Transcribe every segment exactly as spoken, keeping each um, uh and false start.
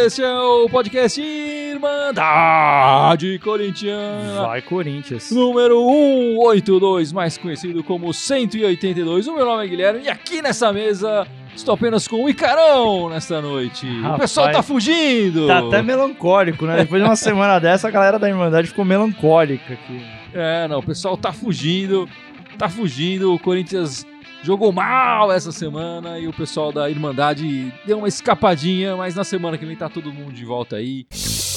Este é o podcast Irmandade Corintiana. Vai, Corinthians. Número cento e oitenta e dois, mais conhecido como cento e oitenta e dois. O meu nome é Guilherme e aqui nessa mesa estou apenas com o Icarão nesta noite. Rapaz, o pessoal tá fugindo. Tá até melancólico, né? Depois de uma semana dessa, a galera da Irmandade ficou melancólica aqui. É, não, o pessoal tá fugindo, tá fugindo. O Corinthians jogou mal essa semana e o pessoal da Irmandade deu uma escapadinha, mas na semana que vem tá todo mundo de volta aí.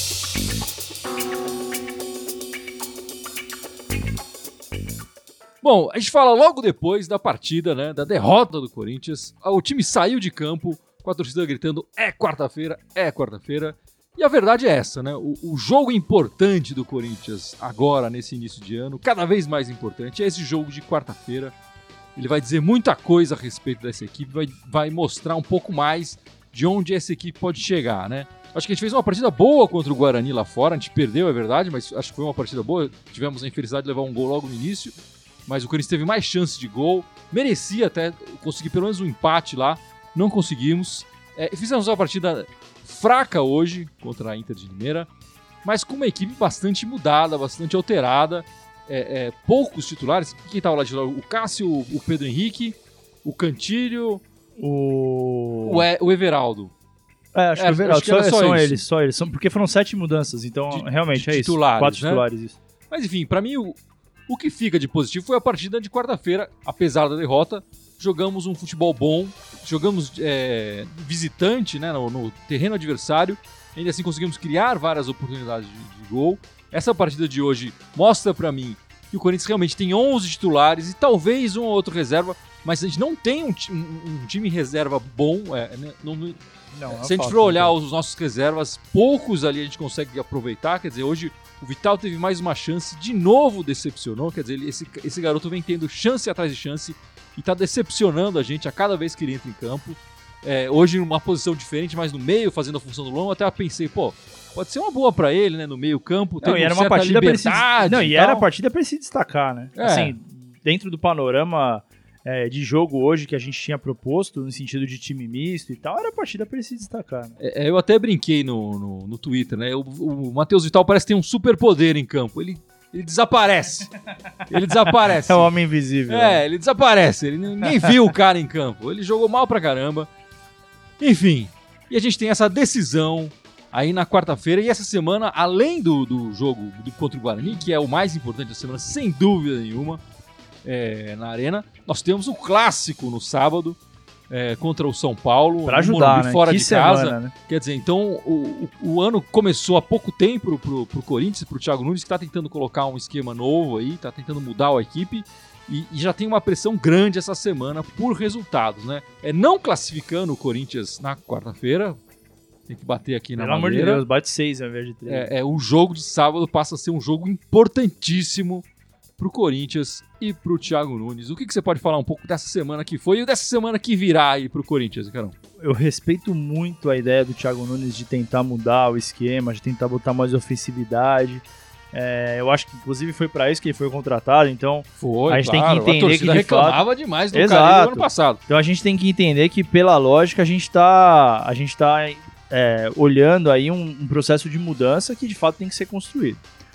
Bom, a gente fala logo depois da partida, né, da derrota do Corinthians. O time saiu de campo com a torcida gritando é quarta-feira, é quarta-feira. E a verdade é essa, né? O, o jogo importante do Corinthians agora, nesse início de ano, cada vez mais importante, é esse jogo de quarta-feira. Ele vai dizer muita coisa a respeito dessa equipe, vai, vai mostrar um pouco mais de onde essa equipe pode chegar, né? Acho que a gente fez uma partida boa contra o Guarani lá fora, a gente perdeu, é verdade, mas acho que foi uma partida boa. Tivemos a infelicidade de levar um gol logo no início, mas o Corinthians teve mais chances de gol, merecia até conseguir pelo menos um empate lá, não conseguimos. É, fizemos uma partida fraca hoje contra a Inter de Limeira, mas com uma equipe bastante mudada, bastante alterada. É, é, poucos titulares. Quem estava lá de titular? O Cássio, o Pedro Henrique, o Cantilho, o, o, e, o Everaldo. É, acho é, que o Everaldo, acho que só, só são eles. eles, só eles. São, porque foram sete mudanças, então de, realmente de é titulares, isso. Quatro né? titulares, isso. Mas enfim, pra mim, o, o que fica de positivo foi a partida de quarta-feira, apesar da derrota. Jogamos um futebol bom, jogamos é, visitante, né, no, no terreno adversário. Ainda assim conseguimos criar várias oportunidades de, de gol. Essa partida de hoje mostra pra mim que o Corinthians realmente tem onze titulares e talvez um ou outro reserva, mas a gente não tem um, um, um time reserva bom. É, né, não, não, não, se a gente for olhar então. Os nossos reservas, poucos ali a gente consegue aproveitar. Quer dizer, hoje o Vital teve mais uma chance, de novo decepcionou. Quer dizer, esse, esse garoto vem tendo chance atrás de chance e tá decepcionando a gente a cada vez que ele entra em campo. É, hoje numa posição diferente, mais no meio, fazendo a função do longo, até eu pensei, pô, pode ser uma boa pra ele, né, no meio campo, não, e era uma partida pra ele se... Não, e, e era a partida pra ele se destacar, né? É. Assim, dentro do panorama é, de jogo hoje que a gente tinha proposto, no sentido de time misto e tal, era a partida pra ele se destacar, né? É, eu até brinquei no, no, no Twitter, né, o, o Matheus Vital parece ter um superpoder em campo, ele... Ele desaparece. Ele desaparece. É o homem invisível. É, né? ele desaparece. Ele ninguém viu o cara em campo. Ele jogou mal pra caramba. Enfim. E a gente tem essa decisão aí na quarta-feira. E essa semana, além do, do jogo do, contra o Guarani, que é o mais importante da semana, sem dúvida nenhuma, é, na Arena, nós temos o clássico no sábado. É, contra o São Paulo, pra ajudar, né? fora que de semana, casa. Né? Quer dizer, então o, o, o ano começou há pouco tempo pro, pro Corinthians, pro Thiago Nunes, que tá tentando colocar um esquema novo aí, tá tentando mudar a equipe e, e já tem uma pressão grande essa semana por resultados, né? É não classificando o Corinthians na quarta-feira, tem que bater aqui na Pelo madeira. amor de Deus, bate seis ao invés de três. É, é, o jogo de sábado passa a ser um jogo importantíssimo pro Corinthians e pro Thiago Nunes. O que, que você pode falar um pouco dessa semana que foi e dessa semana que virá aí pro Corinthians, Carão? Eu respeito muito a ideia do Thiago Nunes de tentar mudar o esquema, de tentar botar mais ofensividade. É, eu acho que inclusive foi para isso que ele foi contratado, então foi, a gente claro, tem que entender a torcida que de reclamava fato... demais do Exato. cara no ano passado. Então a gente tem que entender que pela lógica a gente tá, a gente tá é, olhando aí um, um processo de mudança que de fato tem que ser construído.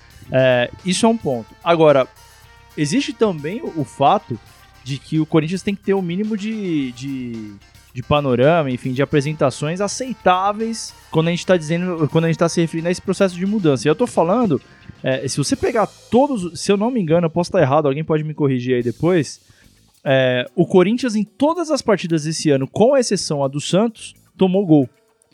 É, isso é um ponto. Agora, existe também o, o fato de que o Corinthians tem que ter o um mínimo de, de, de panorama, enfim, de apresentações aceitáveis quando a gente está dizendo, quando a gente está se referindo a esse processo de mudança. E eu estou falando, é, se você pegar todos, se eu não me engano, eu posso estar errado, alguém pode me corrigir aí depois, é, o Corinthians em todas as partidas desse ano, com exceção a do Santos, tomou gol.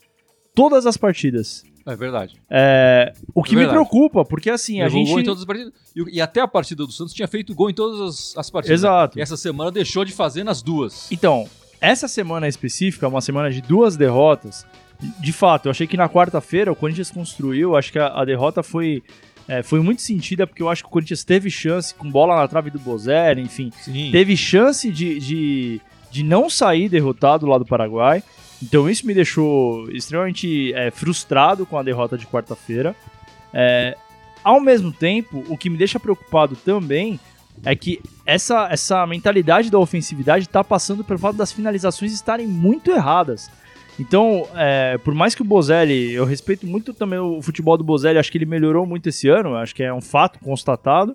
Todas as partidas. É verdade. É, o que é me preocupa, porque assim, Levou a gente... gol em todas as partidas. E, e até a partida do Santos tinha feito gol em todas as, as partidas. Exato. E essa semana deixou de fazer nas duas. Então, essa semana específica, uma semana de duas derrotas, de fato, eu achei que na quarta-feira o Corinthians construiu, acho que a, a derrota foi, é, foi muito sentida, porque eu acho que o Corinthians teve chance, com bola na trave do Bozelli, enfim, Sim. teve chance de, de, de não sair derrotado lá do Paraguai. Então isso me deixou extremamente é, frustrado com a derrota de quarta-feira. É, ao mesmo tempo, o que me deixa preocupado também é que essa, essa mentalidade da ofensividade está passando pelo fato das finalizações estarem muito erradas. Então, é, por mais que o Bozelli, eu respeito muito também o futebol do Bozelli, acho que ele melhorou muito esse ano, acho que é um fato constatado.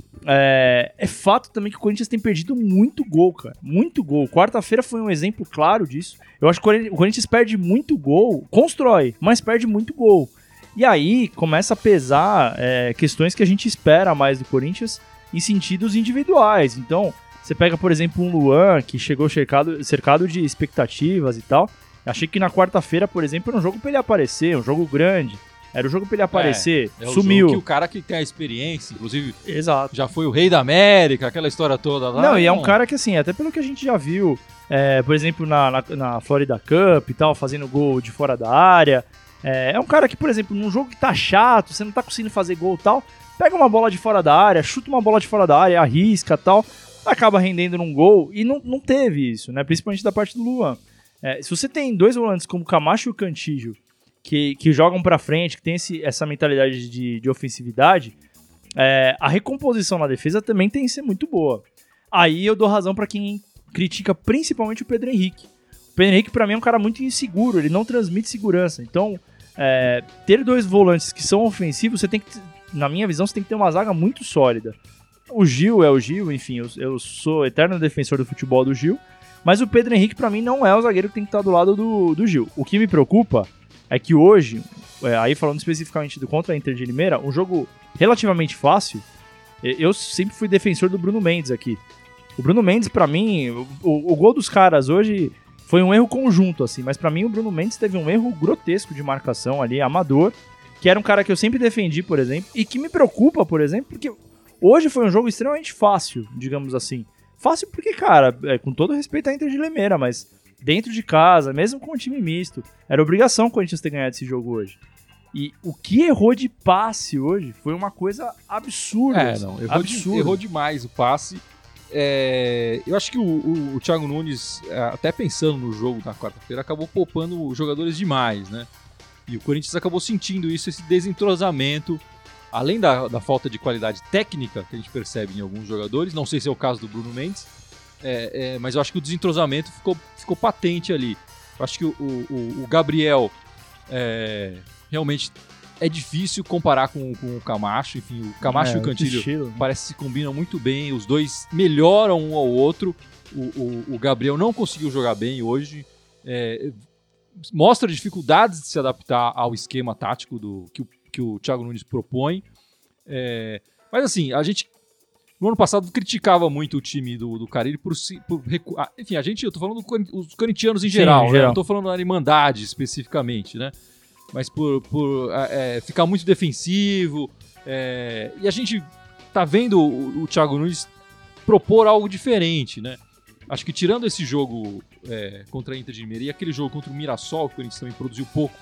É, é fato também que o Corinthians tem perdido muito gol, cara. Muito gol. Quarta-feira foi um exemplo claro disso. Eu acho que o Corinthians perde muito gol, constrói, mas perde muito gol. E aí começa a pesar é, questões que a gente espera mais do Corinthians em sentidos individuais. Então, você pega, por exemplo, um Luan que chegou cercado, cercado de expectativas e tal. Achei que na quarta-feira, por exemplo, era um jogo pra ele aparecer, um jogo grande. Era o jogo pra ele aparecer, é, é sumiu. O jogo que o cara que tem a experiência, inclusive, exato, já foi o rei da América, aquela história toda lá. Não, e é um cara que, assim, até pelo que a gente já viu, é, por exemplo, na, na, na Florida Cup e tal, fazendo gol de fora da área. É, é um cara que, por exemplo, num jogo que tá chato, você não tá conseguindo fazer gol e tal, pega uma bola de fora da área, chuta uma bola de fora da área, arrisca e tal, acaba rendendo num gol, e não, não teve isso, né? Principalmente da parte do Luan. É, se você tem dois volantes como o Camacho e o Cantillo, que, que jogam pra frente, que tem esse, essa mentalidade de, de ofensividade, é, a recomposição na defesa também tem que ser muito boa. Aí eu dou razão pra quem critica principalmente o Pedro Henrique. O Pedro Henrique, pra mim, é um cara muito inseguro, ele não transmite segurança. Então, é, ter dois volantes que são ofensivos, você tem que, na minha visão, você tem que ter uma zaga muito sólida. O Gil é o Gil, enfim, eu, eu sou eterno defensor do futebol do Gil, mas o Pedro Henrique, pra mim, não é o zagueiro que tem que estar do lado do, do Gil. O que me preocupa é que hoje, é, aí falando especificamente do contra a Inter de Limeira, um jogo relativamente fácil, eu sempre fui defensor do Bruno Mendes aqui. O Bruno Mendes, pra mim, o, o gol dos caras hoje foi um erro conjunto, assim, mas pra mim o Bruno Mendes teve um erro grotesco de marcação ali, amador, que era um cara que eu sempre defendi, por exemplo, e que me preocupa, por exemplo, porque hoje foi um jogo extremamente fácil, digamos assim. Fácil porque, cara, é, com todo respeito à Inter de Limeira, mas dentro de casa, mesmo com um time misto, era obrigação o Corinthians ter ganhado esse jogo hoje. E o que errou de passe hoje foi uma coisa absurda. É, não, errou, de, errou demais o passe. É, eu acho que o, o, o Thiago Nunes, até pensando no jogo na quarta-feira, acabou poupando jogadores demais, né? E o Corinthians acabou sentindo isso, esse desentrosamento, além da, da falta de qualidade técnica que a gente percebe em alguns jogadores, não sei se é o caso do Bruno Mendes, é, é, mas eu acho que o desentrosamento ficou, ficou patente ali. Eu acho que o, o, o Gabriel é, realmente é difícil comparar com, com o Camacho. Enfim, o Camacho é, e o Cantillo parece que se combinam muito bem, os dois melhoram um ao outro. O, o, o Gabriel não conseguiu jogar bem hoje, é, mostra dificuldades de se adaptar ao esquema tático do, que, o, que o Thiago Nunes propõe. É, mas assim, a gente no ano passado criticava muito o time do, do Carille por, por recuar. Enfim, a gente, eu tô falando dos corintianos em geral, Sim, em né? geral. Não tô falando da Irmandade especificamente, né? Mas por, por é, ficar muito defensivo. É, e a gente tá vendo o, o Thiago Nunes propor algo diferente, né? Acho que tirando esse jogo é, contra a Inter de Limeira e aquele jogo contra o Mirassol, que o Corinthians também produziu pouco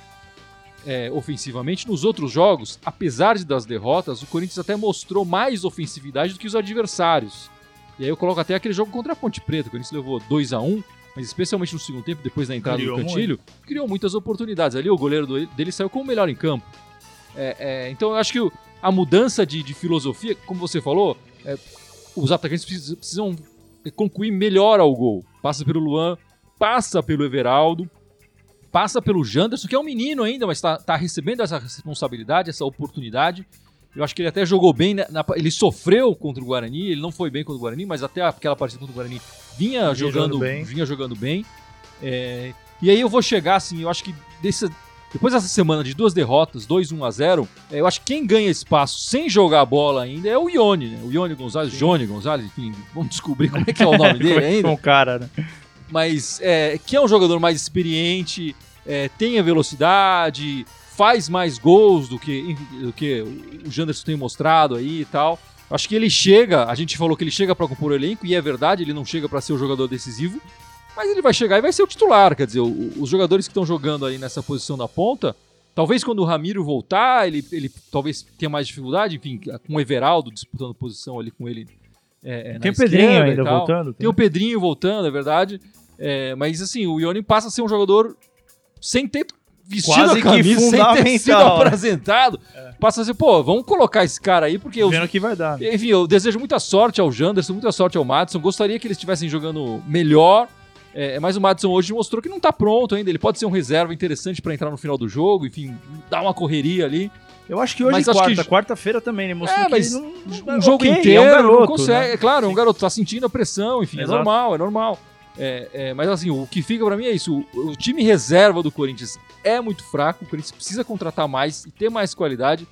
é, ofensivamente, nos outros jogos, apesar de das derrotas, o Corinthians até mostrou mais ofensividade do que os adversários. E aí eu coloco até aquele jogo contra a Ponte Preta, o Corinthians levou dois a um, mas especialmente no segundo tempo, depois da entrada criou do Cantillo, muito. criou muitas oportunidades. Ali o goleiro do, dele saiu como o melhor em campo. É, é, então eu acho que o, a mudança de, de filosofia, como você falou, é, os atacantes precisam, precisam concluir melhor ao gol. Passa pelo Luan, passa pelo Everaldo, passa pelo Janderson, que é um menino ainda, mas está tá recebendo essa responsabilidade, essa oportunidade. Eu acho que ele até jogou bem, na, na, ele sofreu contra o Guarani, ele não foi bem contra o Guarani, mas até aquela partida contra o Guarani vinha, jogando, jogando bem. Vinha jogando bem. É, e aí eu vou chegar assim, eu acho que desse, depois dessa semana de duas derrotas, dois a um a zero, é, eu acho que quem ganha espaço sem jogar a bola ainda é o Ione, né? O Ione Gonzalez, Sim. Johnny Gonzalez, enfim, vamos descobrir como é que é o nome dele ainda. Um cara, né? Mas é, que é um jogador mais experiente, é, tem a velocidade, faz mais gols do que, do que o Janderson tem mostrado aí e tal. Acho que ele chega, a gente falou que ele chega para compor o elenco, e é verdade, ele não chega para ser o jogador decisivo, mas ele vai chegar e vai ser o titular. Quer dizer, o, os jogadores que estão jogando aí nessa posição da ponta, talvez quando o Ramiro voltar, ele, ele talvez tenha mais dificuldade, enfim, com o Everaldo disputando posição ali com ele. É, tem o Pedrinho ainda voltando. Tem, tem o Pedrinho voltando, é verdade. É, mas assim, o Ione passa a ser um jogador sem ter vestido Quase a camisa, sem ter sido apresentado. É. Passa a ser, pô, vamos colocar esse cara aí, porque... Vendo os... que vai dar. Enfim, eu desejo muita sorte ao Janderson, muita sorte ao Madison. Gostaria que eles estivessem jogando melhor, É, mas o Maddison hoje mostrou que não tá pronto ainda. Ele pode ser um reserva interessante para entrar no final do jogo, enfim, dar uma correria ali. Eu acho que hoje mas quarta, que... quarta-feira também, ele mostrou é, que mas ele não... um jogo okay, inteiro, é um garoto, não consegue. Né? É claro, é um Sim. garoto, tá sentindo a pressão, enfim, Exato. é normal, é normal. É, é, mas assim, o que fica pra mim é isso, o, o time reserva do Corinthians é muito fraco, o Corinthians precisa contratar mais e ter mais qualidade.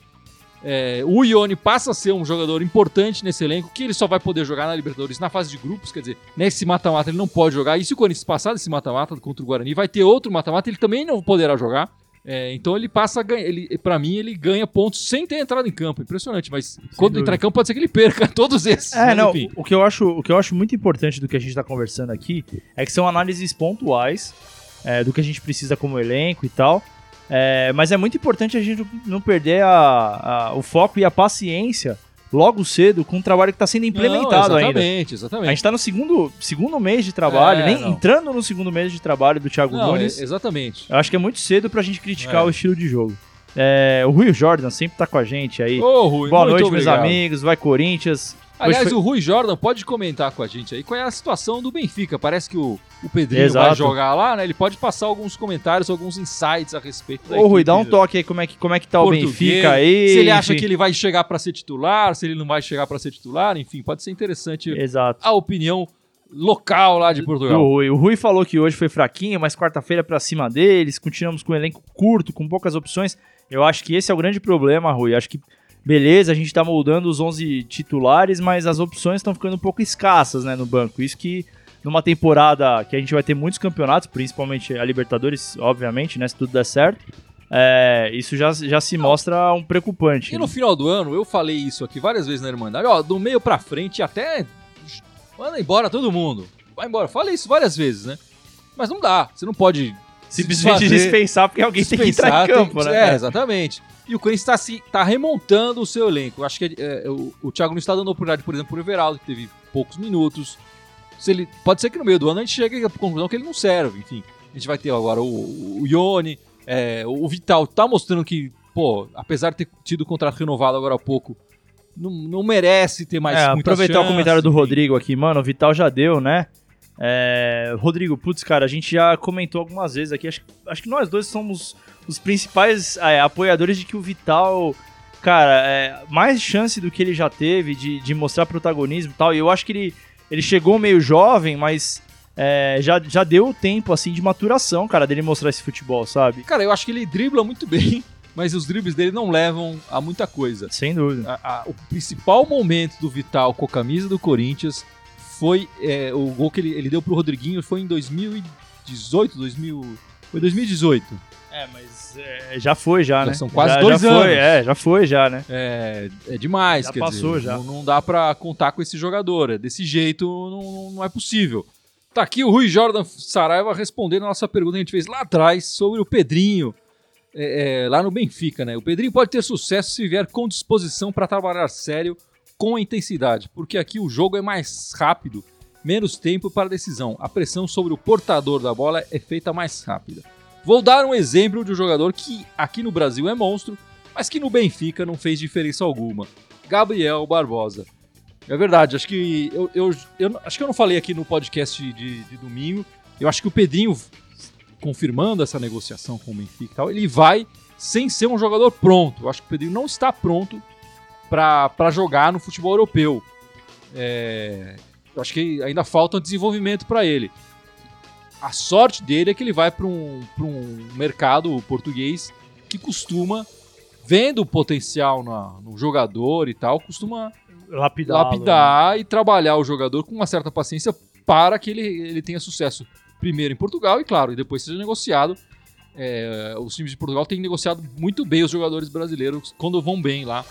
É, o Ione passa a ser um jogador importante nesse elenco, que ele só vai poder jogar na Libertadores na fase de grupos, quer dizer, nesse mata-mata ele não pode jogar, e se o Corinthians passar desse mata-mata contra o Guarani, vai ter outro mata-mata, ele também não poderá jogar. É, então ele passa a ganhar, ele, pra mim ele ganha pontos sem ter entrado em campo, impressionante, mas sem quando dúvida. Entrar em campo pode ser que ele perca todos esses. É, não, o que, eu acho, o que eu acho muito importante do que a gente tá conversando aqui é que são análises pontuais é, do que a gente precisa como elenco e tal, é, mas é muito importante a gente não perder a, a, o foco e a paciência logo cedo com um trabalho que está sendo implementado não, exatamente, ainda. Exatamente, exatamente. A gente está no segundo, segundo mês de trabalho, é, nem não. entrando no segundo mês de trabalho do Thiago não, Nunes. É, exatamente. Eu acho que é muito cedo pra gente criticar é. o estilo de jogo. É, o Rui Jordan sempre tá com a gente aí. Ô, Rui, boa muito noite, obrigado. meus amigos. Vai Corinthians. Aliás, foi... o Rui Jordan pode comentar com a gente aí qual é a situação do Benfica. Parece que o, o Pedrinho Exato. vai jogar lá, né? Ele pode passar alguns comentários, alguns insights a respeito da Ô, Rui, equipe, dá um toque aí como é que, como é que tá português, o Benfica aí. Se ele acha enfim. que ele vai chegar pra ser titular, se ele não vai chegar pra ser titular, enfim, pode ser interessante Exato. a opinião local lá de Portugal. Do Rui. O Rui falou que hoje foi fraquinho, mas quarta-feira pra cima deles, continuamos com um elenco curto, com poucas opções. Eu acho que esse é o grande problema, Rui. Acho que beleza, a gente tá moldando os onze titulares, mas as opções estão ficando um pouco escassas, né, no banco. Isso que numa temporada que a gente vai ter muitos campeonatos, principalmente a Libertadores, obviamente, né, se tudo der certo, é, isso já, já se mostra um preocupante. E no final do ano, eu falei isso aqui várias vezes na Irmandade, ó, do meio pra frente até manda embora todo mundo. Vai embora. Falei isso várias vezes, né? Mas não dá. Você não pode simplesmente dispensar porque alguém dispensar, tem que entrar em campo, tem, né? É, exatamente. E o Corinthians está se, tá remontando o seu elenco. Eu acho que é, o, o Thiago não está dando oportunidade, por exemplo, pro Everaldo, que teve poucos minutos. Se ele, pode ser que no meio do ano a gente chegue à conclusão que ele não serve. Enfim, a gente vai ter agora o, o Ione, é, o Vital tá mostrando que, pô, apesar de ter tido o contrato renovado agora há pouco, não, não merece ter mais é, muita aproveitar chance, o comentário do enfim. Rodrigo aqui, mano, o Vital já deu, né? É, Rodrigo, putz, cara, a gente já comentou algumas vezes aqui, acho, acho que nós dois somos os principais é, apoiadores de que o Vital, cara, é, mais chance do que ele já teve de, de mostrar protagonismo e tal, e eu acho que ele, ele chegou meio jovem, mas é, já, já deu o tempo, assim, de maturação, cara, dele mostrar esse futebol, sabe? Cara, eu acho que ele dribla muito bem, mas os dribles dele não levam a muita coisa. Sem dúvida. A, a, o principal momento do Vital com a camisa do Corinthians foi é, o gol que ele, ele deu pro Rodriguinho, foi em dois mil e dezoito, dois mil, foi dois mil e dezoito. É, mas é, já foi já, já né? São quase já, dois já anos. Foi, é, já foi já, né? É, é demais, já quer passou, dizer, já. Não, não dá pra contar com esse jogador, é, desse jeito não, não é possível. Tá aqui o Rui Jordan Saraiva respondendo a nossa pergunta que a gente fez lá atrás sobre o Pedrinho, é, é, lá no Benfica, né? O Pedrinho pode ter sucesso se vier com disposição para trabalhar sério com intensidade, porque aqui o jogo é mais rápido, menos tempo para decisão. A pressão sobre o portador da bola é feita mais rápida. Vou dar um exemplo de um jogador que aqui no Brasil é monstro, mas que no Benfica não fez diferença alguma. Gabriel Barbosa. É verdade, acho que eu, eu, eu, acho que eu não falei aqui no podcast de, de domingo. Eu acho que o Pedrinho, confirmando essa negociação com o Benfica e tal, ele vai sem ser um jogador pronto. Eu acho que o Pedrinho não está pronto para jogar no futebol europeu. É... Eu acho que ainda falta um desenvolvimento para ele. A sorte dele é que ele vai para um, para um mercado português que costuma, vendo o potencial na, no jogador e tal, costuma lapidar, lapidar né? E trabalhar o jogador com uma certa paciência para que ele, ele tenha sucesso primeiro em Portugal e, claro, e depois seja negociado. É, os times de Portugal têm negociado muito bem os jogadores brasileiros quando vão bem lá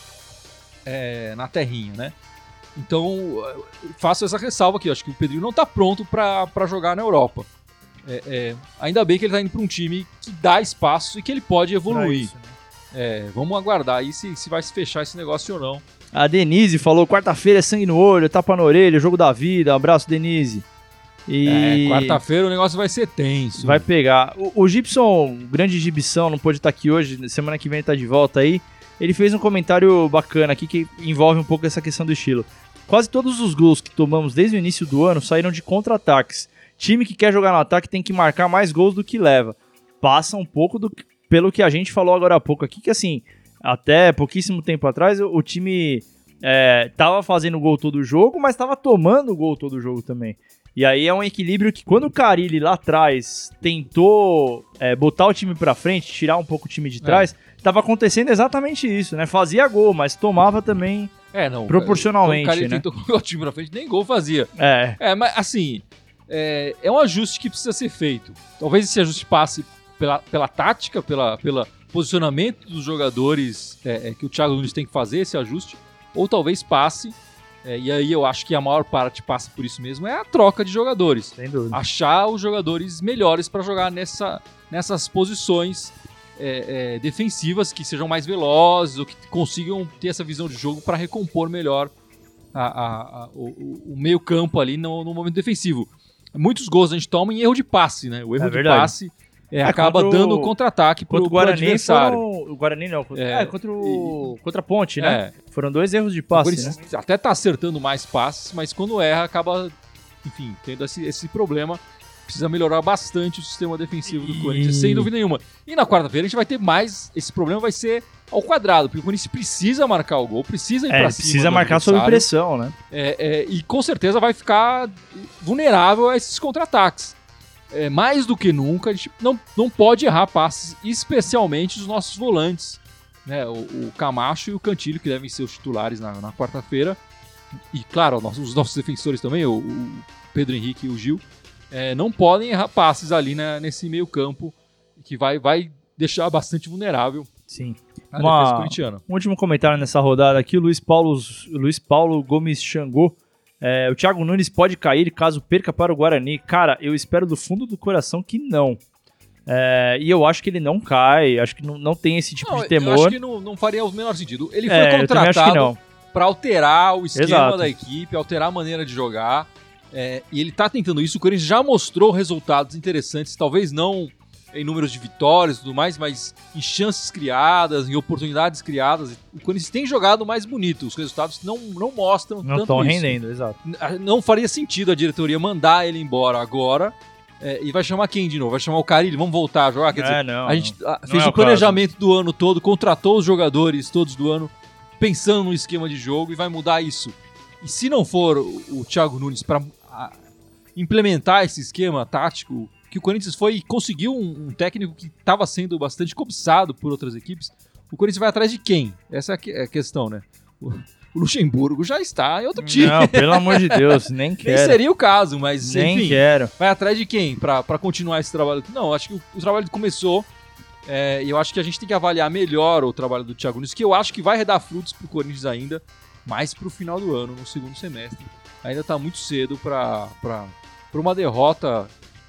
é, na terrinha, né? Então, faço essa ressalva aqui. Acho que o Pedrinho não está pronto para jogar na Europa. É, é, ainda bem que ele está indo para um time que dá espaço e que ele pode evoluir. Isso, né? É, vamos aguardar aí se, se vai se fechar esse negócio ou não. A Denise falou, quarta-feira é sangue no olho, tapa na orelha, jogo da vida. Um abraço, Denise. E... É, quarta-feira o negócio vai ser tenso. Vai pegar. O, o Gibson, o grande Gibson, não pôde estar aqui hoje, semana que vem ele está de volta aí. Ele fez um comentário bacana aqui que envolve um pouco essa questão do estilo. Quase todos os gols que tomamos desde o início do ano saíram de contra-ataques. time que quer jogar no ataque tem que marcar mais gols do que leva. Passa um pouco do, pelo que a gente falou agora há pouco aqui, que assim, até pouquíssimo tempo atrás, o, o time é, tava fazendo gol todo o jogo, mas tava tomando gol todo o jogo também. E aí é um equilíbrio que quando o Carille lá atrás tentou é, botar o time pra frente, tirar um pouco o time de trás, é. tava acontecendo exatamente isso, né? Fazia gol, mas tomava também é, não, proporcionalmente, o Carille né? tentou colocar o time pra frente, nem gol fazia. É. É, mas assim, é, é um ajuste que precisa ser feito. Talvez esse ajuste passe pela, pela tática, pela, pelo posicionamento dos jogadores é, é, que o Thiago Nunes tem que fazer esse ajuste, ou talvez passe, é, e aí eu acho que a maior parte passa por isso mesmo, é a troca de jogadores. Sem dúvida. Achar os jogadores melhores para jogar nessa, nessas posições é, é, defensivas, que sejam mais velozes, ou que consigam ter essa visão de jogo para recompor melhor a, a, a, o, o meio campo ali no, no momento defensivo. Muitos gols a gente toma em erro de passe, né? O erro é de verdade. passe é, É, acaba contra o- dando contra-ataque pro, Contra o pro Guarani adversário. foram... O Guarani não, contra, É, é, contra, o, contra a Ponte, né? É, Foram dois erros de o passe, Corinthians né? até tá acertando mais passes, mas quando erra acaba, enfim, tendo esse, esse problema. Precisa melhorar bastante o sistema defensivo do E- Corinthians, sem dúvida nenhuma. E na quarta-feira a gente vai ter mais, esse problema vai ser ao quadrado, porque o Corinthians precisa marcar o gol, precisa ir É, pra cima precisa do marcar sob adversário. pressão, né? É, é, e com certeza vai ficar vulnerável a esses contra-ataques. É, mais do que nunca, a gente não, não pode errar passes, especialmente os nossos volantes, né? O, o Camacho e o Cantilho, que devem ser os titulares na, na quarta-feira. E, claro, os nossos, os nossos defensores também, o, o Pedro Henrique e o Gil, é, não podem errar passes ali, né, nesse meio campo, que vai, vai deixar bastante vulnerável Sim. a Uma- defesa corintiana. Um último comentário nessa rodada aqui, o Luiz Paulo, Luiz Paulo Gomes Xangô. É, o Thiago Nunes pode cair caso perca para o Guarani. Cara, eu espero do fundo do coração que não. É, e eu acho que ele não cai, acho que não, não tem esse tipo Não, de temor. eu acho que não, não faria o menor sentido. Ele foi É, eu também acho que contratado não. para alterar o esquema Exato. da equipe, alterar a maneira de jogar. É, e ele tá tentando isso. O Corinthians já mostrou resultados interessantes, talvez não em números de vitórias e tudo mais, mas em chances criadas, em oportunidades criadas. O Corinthians tem jogado mais bonito. Os resultados não, não mostram Não tanto estão isso. rendendo, exato. Não faria sentido a diretoria mandar ele embora agora. É, e vai chamar quem de novo? Vai chamar o Carille? Vamos voltar a jogar? Quer dizer, É, não, a gente ah, Não fez é o o planejamento do ano todo, contratou os jogadores todos do ano, pensando no esquema de jogo e vai mudar isso. E se não for o, o Thiago Nunes para implementar esse esquema tático, que o Corinthians foi e conseguiu um, um técnico que estava sendo bastante cobiçado por outras equipes, o Corinthians vai atrás de quem? Essa é a que- é a questão, né? O, o Luxemburgo já está em outro time. Não, pelo amor de Deus, nem Nem quero. seria o caso, mas Nem enfim. quero. Vai atrás de quem pra pra continuar esse trabalho? Não, acho que o, o trabalho começou é, e eu acho que a gente tem que avaliar melhor o trabalho do Thiago Nunes, que eu acho que vai redar frutos pro Corinthians ainda, mais pro final do ano, no segundo semestre. Ainda tá muito cedo pra, pra, pra uma derrota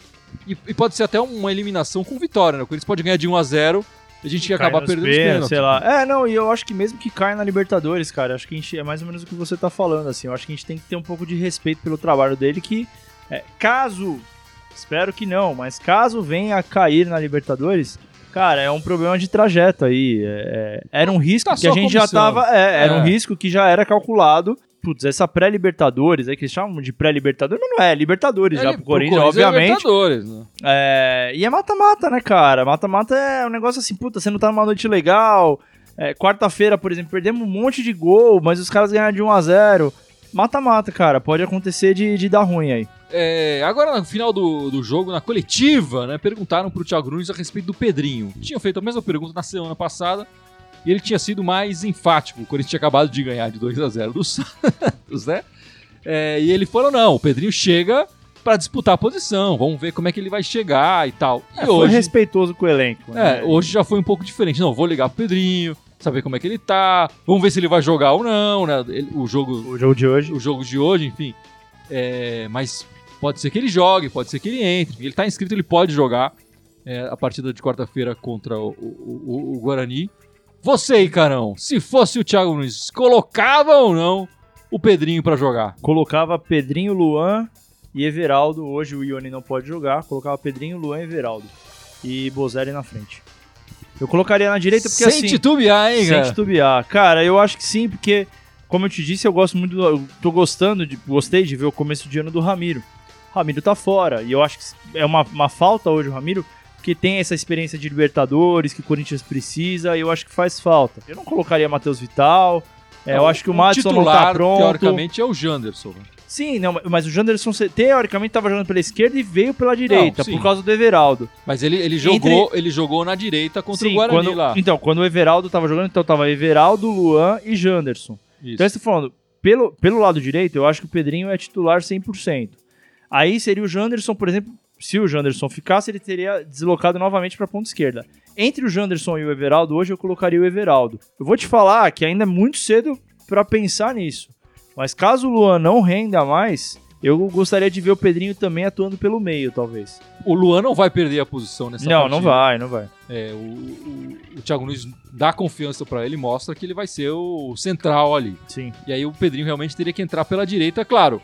e, e pode ser até uma eliminação com vitória, né? O Corinthians pode ganhar de um a zero e a gente ia Cai acabar nos perdendo os pênaltis, pênaltis. sei lá. É, não, e eu acho que mesmo que caia na Libertadores, cara, acho que a gente é mais ou menos o que você tá falando, assim. Eu acho que a gente tem que ter um pouco de respeito pelo trabalho dele, que é, caso, espero que não, mas caso venha a cair na Libertadores, cara, é um problema de trajeto aí. É, é, era um risco Tá que a só gente já comissão. tava. É, era É. um risco que já era calculado. Putz, essa pré-Libertadores, aí que eles chamam de pré-Libertadores, mas não é, Libertadores já pro Corinthians, é obviamente. Libertadores, né? É, e é mata-mata, né, cara? Mata-mata é um negócio assim, puta, você não tá numa noite legal. É, quarta-feira, por exemplo, perdemos um monte de gol, mas os caras ganharam de um a zero. Mata-mata, cara, pode acontecer de, de dar ruim aí. É, agora, no final do, do jogo, na coletiva, né, perguntaram pro Thiago Nunes a respeito do Pedrinho. Tinham feito a mesma pergunta na semana passada e ele tinha sido mais enfático. O Corinthians tinha acabado de ganhar de dois a zero do Santos, né? É, e ele falou, não, o Pedrinho chega pra disputar a posição, vamos ver como é que ele vai chegar e tal. E É, foi hoje, respeitoso com o elenco. é, né? hoje já foi um pouco diferente. Não, vou ligar pro Pedrinho, saber como é que ele tá, vamos ver se ele vai jogar ou não, né? Ele- o jogo O jogo de hoje. o jogo de hoje, enfim. É, mas pode ser que ele jogue, pode ser que ele entre. Ele tá inscrito, ele pode jogar é, a partida de quarta-feira contra o, o- o- o Guarani. Você aí, Carão, se fosse o Thiago Nunes, colocava ou não o Pedrinho pra jogar? Colocava Pedrinho, Luan e Everaldo. Hoje o Ione não pode jogar. Colocava Pedrinho, Luan e Everaldo. E Bozelli na frente. Eu colocaria na direita porque Sem assim... titubear, hein, Sem cara? titubear. Cara, eu acho que sim, porque, como eu te disse, eu gosto muito do, eu tô gostando, de, gostei de ver o começo de ano do Ramiro. Ramiro tá fora. E eu acho que é uma, uma falta hoje o Ramiro, porque tem essa experiência de Libertadores que o Corinthians precisa, e eu acho que faz falta. Eu não colocaria Matheus Vital, é, eu acho que o, o Madison não tá pronto. Teoricamente é o Janderson. Sim, não, mas o Janderson teoricamente estava jogando pela esquerda e veio pela direita, não, por causa do Everaldo. Mas ele, ele, jogou, Entre... ele jogou na direita contra sim, o Guarani quando, lá. Então, quando o Everaldo estava jogando, então tava Everaldo, Luan e Janderson. Isso. Então, você tá falando, pelo, pelo lado direito, eu acho que o Pedrinho é titular cem por cento. Aí seria o Janderson, por exemplo, se o Janderson ficasse, ele teria deslocado novamente para a ponta esquerda. Entre o Janderson e o Everaldo, hoje eu colocaria o Everaldo. Eu vou te falar que ainda é muito cedo para pensar nisso. Mas caso o Luan não renda mais, eu gostaria de ver o Pedrinho também atuando pelo meio, talvez. O Luan não vai perder a posição nessa não, partida. Não, não vai, não vai. É, o, o, o Thiago Nunes dá confiança para ele, mostra que ele vai ser o central ali. Sim. E aí o Pedrinho realmente teria que entrar pela direita, claro,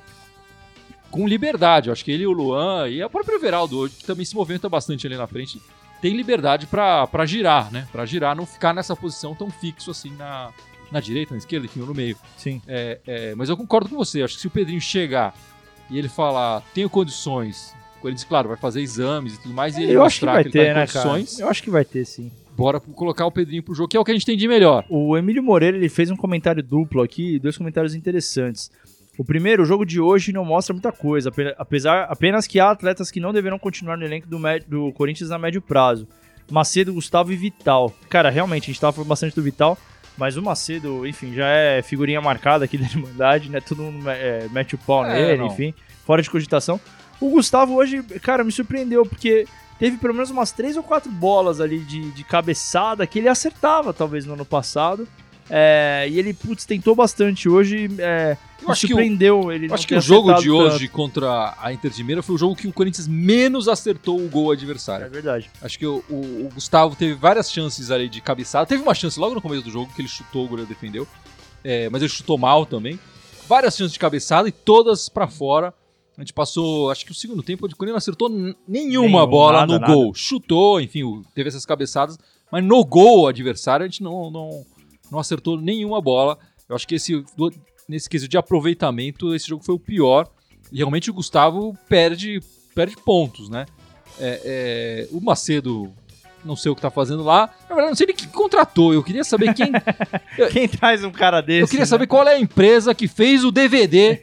com liberdade. Eu acho que ele, o Luan e o próprio Everaldo hoje, que também se movimenta bastante ali na frente, tem liberdade para girar, né? Para girar, não ficar nessa posição tão fixo assim na... na direita, na esquerda, enfim, no meio. Sim. É, é, mas eu concordo com você. Acho que se o Pedrinho chegar e ele falar, tenho condições, o Corinthians, claro, vai fazer exames e tudo mais, e ele eu acho que vai que ter, ele tá em né, condições, cara? Eu acho que vai ter, sim. Bora colocar o Pedrinho pro jogo, que é o que a gente tem de melhor. O Emílio Moreira, ele fez um comentário duplo aqui, dois comentários interessantes. O primeiro, o jogo de hoje não mostra muita coisa, apesar apenas que há atletas que não deverão continuar no elenco do, do Corinthians a médio prazo. Macedo, Gustavo e Vital. Cara, realmente, a gente tava falando bastante do Vital, mas o Macedo, enfim, já é figurinha marcada aqui da Irmandade, né? Todo mundo é, mete o pau é, nele, não. enfim, fora de cogitação. O Gustavo hoje, cara, me surpreendeu, porque teve pelo menos umas três ou quatro bolas ali de, de cabeçada que ele acertava, talvez, no ano passado. É, e ele, putz, tentou bastante hoje, é, eu me acho surpreendeu. Que o, ele eu acho que o jogo de hoje tanto. contra a Inter de Limeira foi o jogo que o Corinthians menos acertou o gol adversário. É verdade. Acho que o, o, o Gustavo teve várias chances ali de cabeçada. Teve uma chance logo no começo do jogo que ele chutou, o goleiro defendeu. É, mas ele chutou mal também. Várias chances de cabeçada e todas pra fora. A gente passou, acho que o segundo tempo, o Corinthians não acertou nenhuma Nenhum, bola nada, no nada. gol. Chutou, enfim, teve essas cabeçadas. Mas no gol adversário a gente não... não não acertou nenhuma bola. Eu acho que esse, nesse quesito de aproveitamento, esse jogo foi o pior. E realmente o Gustavo perde, perde pontos, né? É, é, o Macedo, não sei o que tá fazendo lá. Na verdade, não sei nem quem contratou. Eu queria saber quem... quem traz um cara desse? Eu queria né? saber qual é a empresa que fez o D V D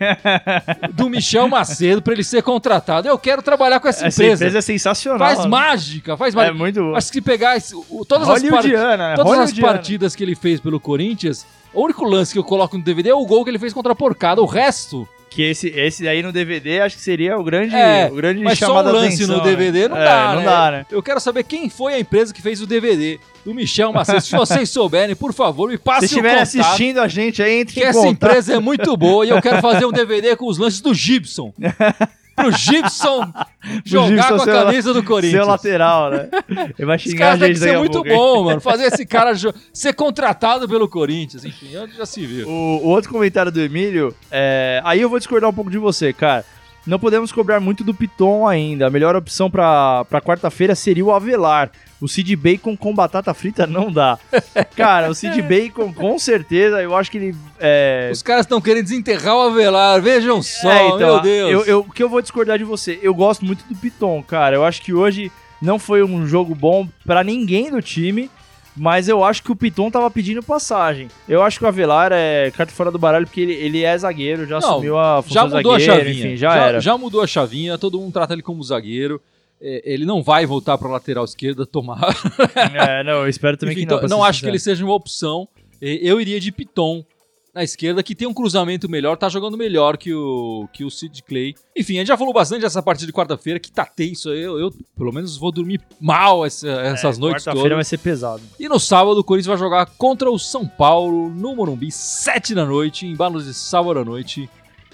do Michel Macedo para ele ser contratado. Eu quero trabalhar com essa, essa empresa. Essa empresa é sensacional. Faz né? mágica, faz mágica. É muito bom. Acho que se pegar esse, o, todas, as, part... né? todas as partidas que ele fez pelo Corinthians, o único lance que eu coloco no D V D é o gol que ele fez contra a Porcada. O resto... Que esse, esse aí no D V D acho que seria o grande, é, o grande mas chamado só um lance atenção, no D V D né? não, é, dá, não né? dá, né? Eu quero saber quem foi a empresa que fez o D V D do Michel Macedo. Se vocês souberem, por favor, me passem o contato. Se estiverem assistindo a gente aí, entre que em essa contato. empresa é muito boa e eu quero fazer um D V D com os lances do Gibson. Pro Gibson jogar Gibson com a camisa do Corinthians. Seu lateral, né? Ele vai xingar a gente. Esse cara tem que ser muito bom, mano. Fazer esse cara ser contratado pelo Corinthians. Enfim, já se viu. O, o outro comentário do Emílio, é... aí eu vou discordar um pouco de você, cara. Não podemos cobrar muito do Piton ainda. A melhor opção pra, pra quarta-feira seria o Avelar. O Cid Bacon com batata frita não dá. Cara, o Cid Bacon, com certeza, eu acho que ele... É... Os caras estão querendo desenterrar o Avelar, vejam só, é, então, meu Deus. Eu, eu, o que eu vou discordar de você? Eu gosto muito do Piton, cara. Eu acho que hoje não foi um jogo bom pra ninguém do time, mas eu acho que o Piton tava pedindo passagem. Eu acho que o Avelar é carta fora do baralho, porque ele, ele é zagueiro, já não, assumiu a função já mudou zagueiro, a chavinha, enfim, já, já era. Já mudou a chavinha, todo mundo trata ele como zagueiro. Ele não vai voltar para a lateral esquerda tomar. É, não, eu espero também Enfim, que não. Então, não acho sincero. que ele seja uma opção. Eu iria de Piton na esquerda, que tem um cruzamento melhor, tá jogando melhor que o, que o Sid Clay. Enfim, a gente já falou bastante dessa partida de quarta-feira, que tá tenso. Eu, eu, pelo menos, vou dormir mal essa, essas é, noites todas. Quarta-feira vai ser pesado. E no sábado, o Corinthians vai jogar contra o São Paulo, no Morumbi, sete da noite, em balas de sábado à noite.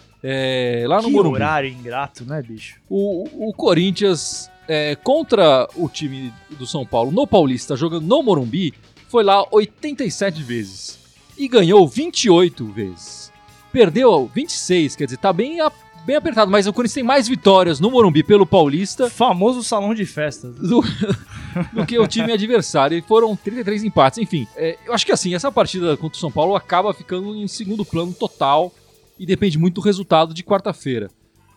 É, lá no que Morumbi. Horário ingrato, né, bicho? O, o Corinthians... É, contra o time do São Paulo no Paulista, jogando no Morumbi, foi lá oitenta e sete vezes e ganhou vinte e oito vezes. Perdeu vinte e seis, quer dizer, tá bem, bem apertado, mas o Corinthians tem mais vitórias no Morumbi pelo Paulista. Famoso salão de festas. Do, do que o time adversário. E foram trinta e três empates, enfim. É, eu acho que assim, essa partida contra o São Paulo acaba ficando em segundo plano total e depende muito do resultado de quarta-feira.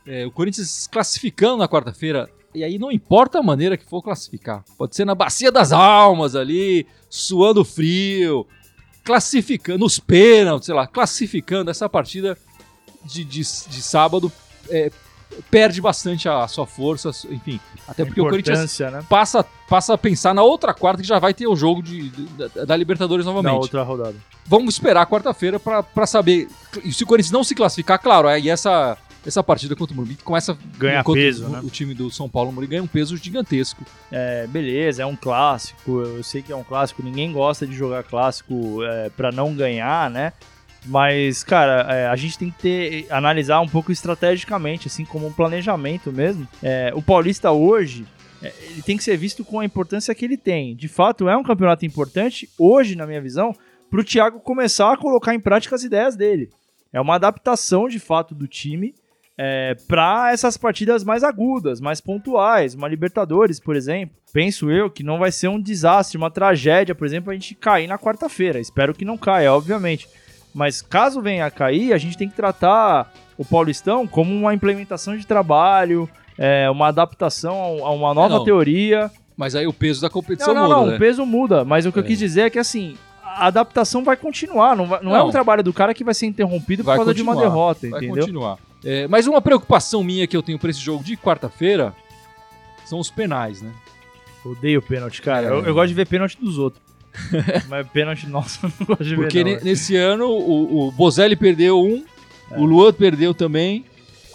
É, o Corinthians classificando na quarta-feira, e aí não importa a maneira que for classificar. Pode ser na Bacia das Almas ali, suando frio, classificando os pênaltis, sei lá, classificando essa partida de, de, de sábado, é, perde bastante a sua força, enfim. Até porque o Corinthians né? passa, passa a pensar na outra quarta que já vai ter o jogo de, de, da, da Libertadores novamente. Na outra rodada. Vamos esperar a quarta-feira pra saber. E se o Corinthians não se classificar, claro, aí essa, essa partida contra o Morumbi começa a ganhar peso, o, né? O time do São Paulo Morumbi ganha um peso gigantesco. É, beleza, é um clássico, eu sei que é um clássico, ninguém gosta de jogar clássico é, pra não ganhar, né? Mas, cara, é, a gente tem que ter, analisar um pouco estrategicamente, assim como um planejamento mesmo. É, o Paulista hoje, é, ele tem que ser visto com a importância que ele tem. De fato, é um campeonato importante, hoje, na minha visão, para o Thiago começar a colocar em prática as ideias dele. É uma adaptação, de fato, do time é, para essas partidas mais agudas, mais pontuais. Uma Libertadores, por exemplo. Penso eu que não vai ser um desastre, uma tragédia, por exemplo, a gente cair na quarta-feira. Espero que não caia, obviamente. Mas caso venha a cair, a gente tem que tratar o Paulistão como uma implementação de trabalho, é, uma adaptação a uma nova não, teoria. Mas aí o peso da competição não, não, muda, não, né? o peso muda. Mas o que é. eu quis dizer é que, assim, a adaptação vai continuar. Não, vai, não, não é um trabalho do cara que vai ser interrompido vai por causa continuar, de uma derrota, vai entendeu? Continuar. É, mas uma preocupação minha que eu tenho pra esse jogo de quarta-feira são os penais, né? Odeio pênalti, cara. É. Eu, eu gosto de ver pênalti dos outros. Mas pênalti, nossa, não gosto de Porque ver não, ne- nesse ano o, o Bozelli perdeu um, é. o Luan perdeu também.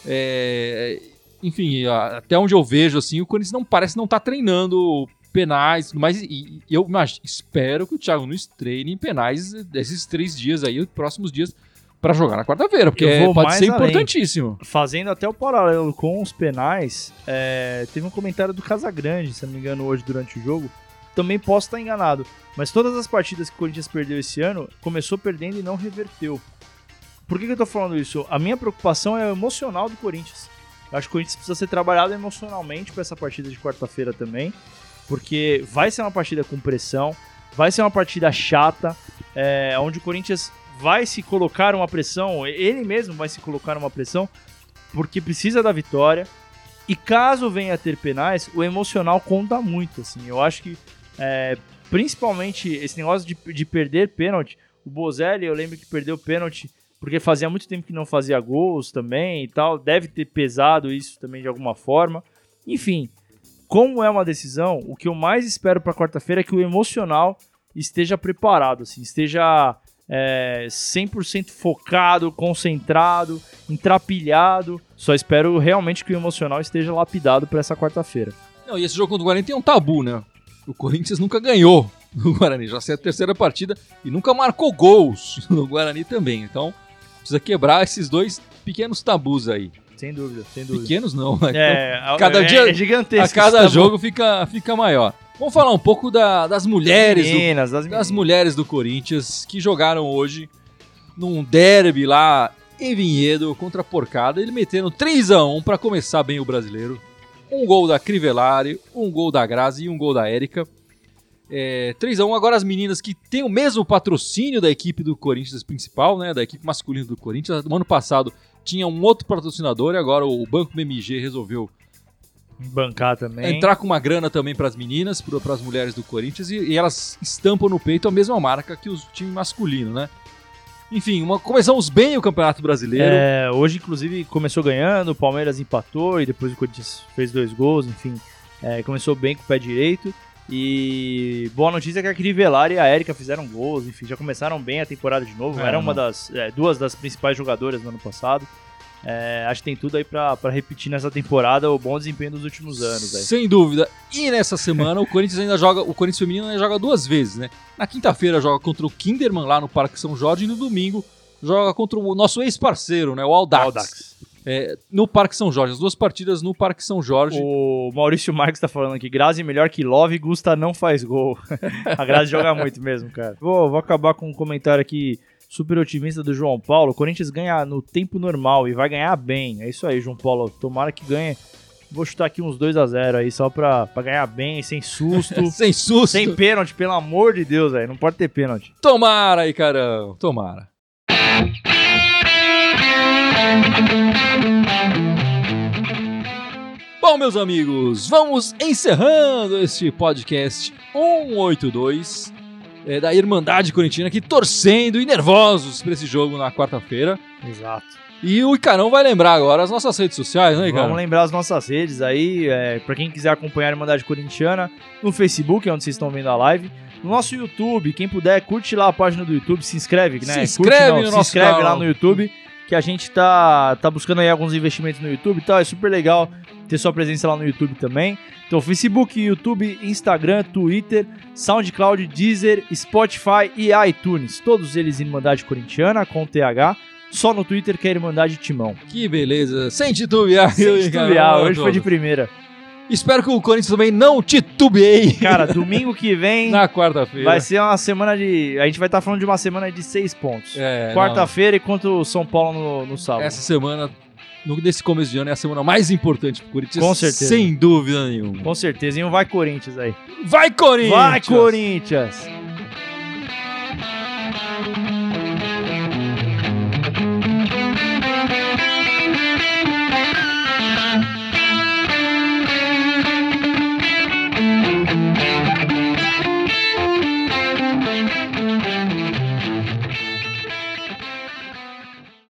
É, enfim, a, até onde eu vejo, assim, o Corinthians não parece não estar tá treinando penais, mas e, e eu mas, espero que o Thiago Nunes treine em penais desses três dias aí, os próximos dias, para jogar na quarta-feira, porque é, pode ser além. Importantíssimo. Fazendo até o paralelo com os penais, é, teve um comentário do Casagrande, se não me engano, hoje durante o jogo. Também posso estar enganado, mas todas as partidas que o Corinthians perdeu esse ano, começou perdendo e não reverteu. Por que, que eu tô falando isso? A minha preocupação é o emocional do Corinthians. Eu acho que o Corinthians precisa ser trabalhado emocionalmente para essa partida de quarta-feira também, porque vai ser uma partida com pressão, vai ser uma partida chata, é, onde o Corinthians vai se colocar uma pressão, ele mesmo vai se colocar uma pressão, porque precisa da vitória, e caso venha a ter penais, o emocional conta muito, assim, eu acho que É, principalmente esse negócio de, de perder pênalti. O Bozelli, eu lembro que perdeu pênalti porque fazia muito tempo que não fazia gols também e tal. Deve ter pesado isso também de alguma forma. Enfim, como é uma decisão, o que eu mais espero para quarta-feira é que o emocional esteja preparado, assim, esteja é, cem por cento focado, concentrado, entrapilhado. Só espero realmente que o emocional esteja lapidado para essa quarta-feira. Não, e esse jogo contra o Guarani tem um tabu, né? O Corinthians nunca ganhou no Guarani, já é a terceira partida e nunca marcou gols no Guarani também. Então, precisa quebrar esses dois pequenos tabus aí. Sem dúvida, sem dúvida. Pequenos não, né? É, então, cada é, dia, é gigantesco. a cada jogo fica, fica maior. Vamos falar um pouco da, das mulheres, meninas, do, das, das mulheres do Corinthians que jogaram hoje num derby lá em Vinhedo contra a Porcada. Ele metendo três a um para começar bem o brasileiro. Um gol da Crivellari, um gol da Grazi e um gol da Érica. É, três a um, agora as meninas que têm o mesmo patrocínio da equipe do Corinthians principal, né, da equipe masculina do Corinthians. No ano passado tinha um outro patrocinador e agora o Banco B M G resolveu bancar também. Entrar com uma grana também para as meninas, para as mulheres do Corinthians, e, e elas estampam no peito a mesma marca que o time masculino, né? Enfim, uma, começamos bem o Campeonato Brasileiro. É, hoje, inclusive, começou ganhando, o Palmeiras empatou e depois o Corinthians fez dois gols, enfim. É, começou bem com o pé direito. E boa notícia é que a Crivellari e a Érica fizeram gols, enfim, já começaram bem a temporada de novo. É, Eram uma das, é, duas das principais jogadoras no ano passado. É, acho que tem tudo aí pra, pra repetir nessa temporada o bom desempenho dos últimos anos. Aí. Sem dúvida. E nessa semana o Corinthians ainda joga, o Corinthians feminino ainda joga duas vezes, né? Na quinta-feira joga contra o Kinderman lá no Parque São Jorge e no domingo joga contra o nosso ex-parceiro, né? O Audax. Audax. É, no Parque São Jorge, as duas partidas no Parque São Jorge. O Maurício Marques tá falando aqui, Grazi melhor que Love, Gusta não faz gol. A Grazi joga muito mesmo, cara. Vou, vou acabar com um comentário aqui super otimista do João Paulo. O Corinthians ganha no tempo normal e vai ganhar bem. É isso aí, João Paulo. Tomara que ganhe. Vou chutar aqui uns dois a zero aí, só pra, pra ganhar bem, sem susto. Sem susto. Sem pênalti, pelo amor de Deus, velho. Não pode ter pênalti. Tomara aí, caramba. Tomara. Bom, meus amigos, vamos encerrando este podcast cento e oitenta e dois é, da Irmandade Corintiana aqui, torcendo e nervosos para esse jogo na quarta-feira. Exato. E o Icarão vai lembrar agora as nossas redes sociais, né, Icarão? Vamos lembrar as nossas redes aí, é, para quem quiser acompanhar a Irmandade Corintiana, no Facebook, onde vocês estão vendo a live, no nosso YouTube, quem puder, curte lá a página do YouTube, se inscreve, né? Se inscreve curte, não, no se nosso inscreve canal. lá no YouTube, que a gente tá, tá buscando aí alguns investimentos no YouTube e tal, é super legal ter sua presença lá no YouTube também. Então, Facebook, YouTube, Instagram, Twitter, SoundCloud, Deezer, Spotify e iTunes. Todos eles Irmandade Corintiana, com T H. Só no Twitter que é Irmandade Timão. Que beleza. Sem titubear. Sem titubear, hoje foi de primeira. Espero que o Corinthians também não titubeie. Cara, domingo que vem... na quarta-feira. Vai ser uma semana de... A gente vai estar falando de uma semana de seis pontos. É, quarta-feira e contra o São Paulo no, no sábado. Essa semana... Nesse começo de ano é a semana mais importante pro Corinthians. Com certeza. Sem dúvida nenhuma. Com certeza. E um vai Corinthians aí. Vai, Corinthians! Vai, Corinthians!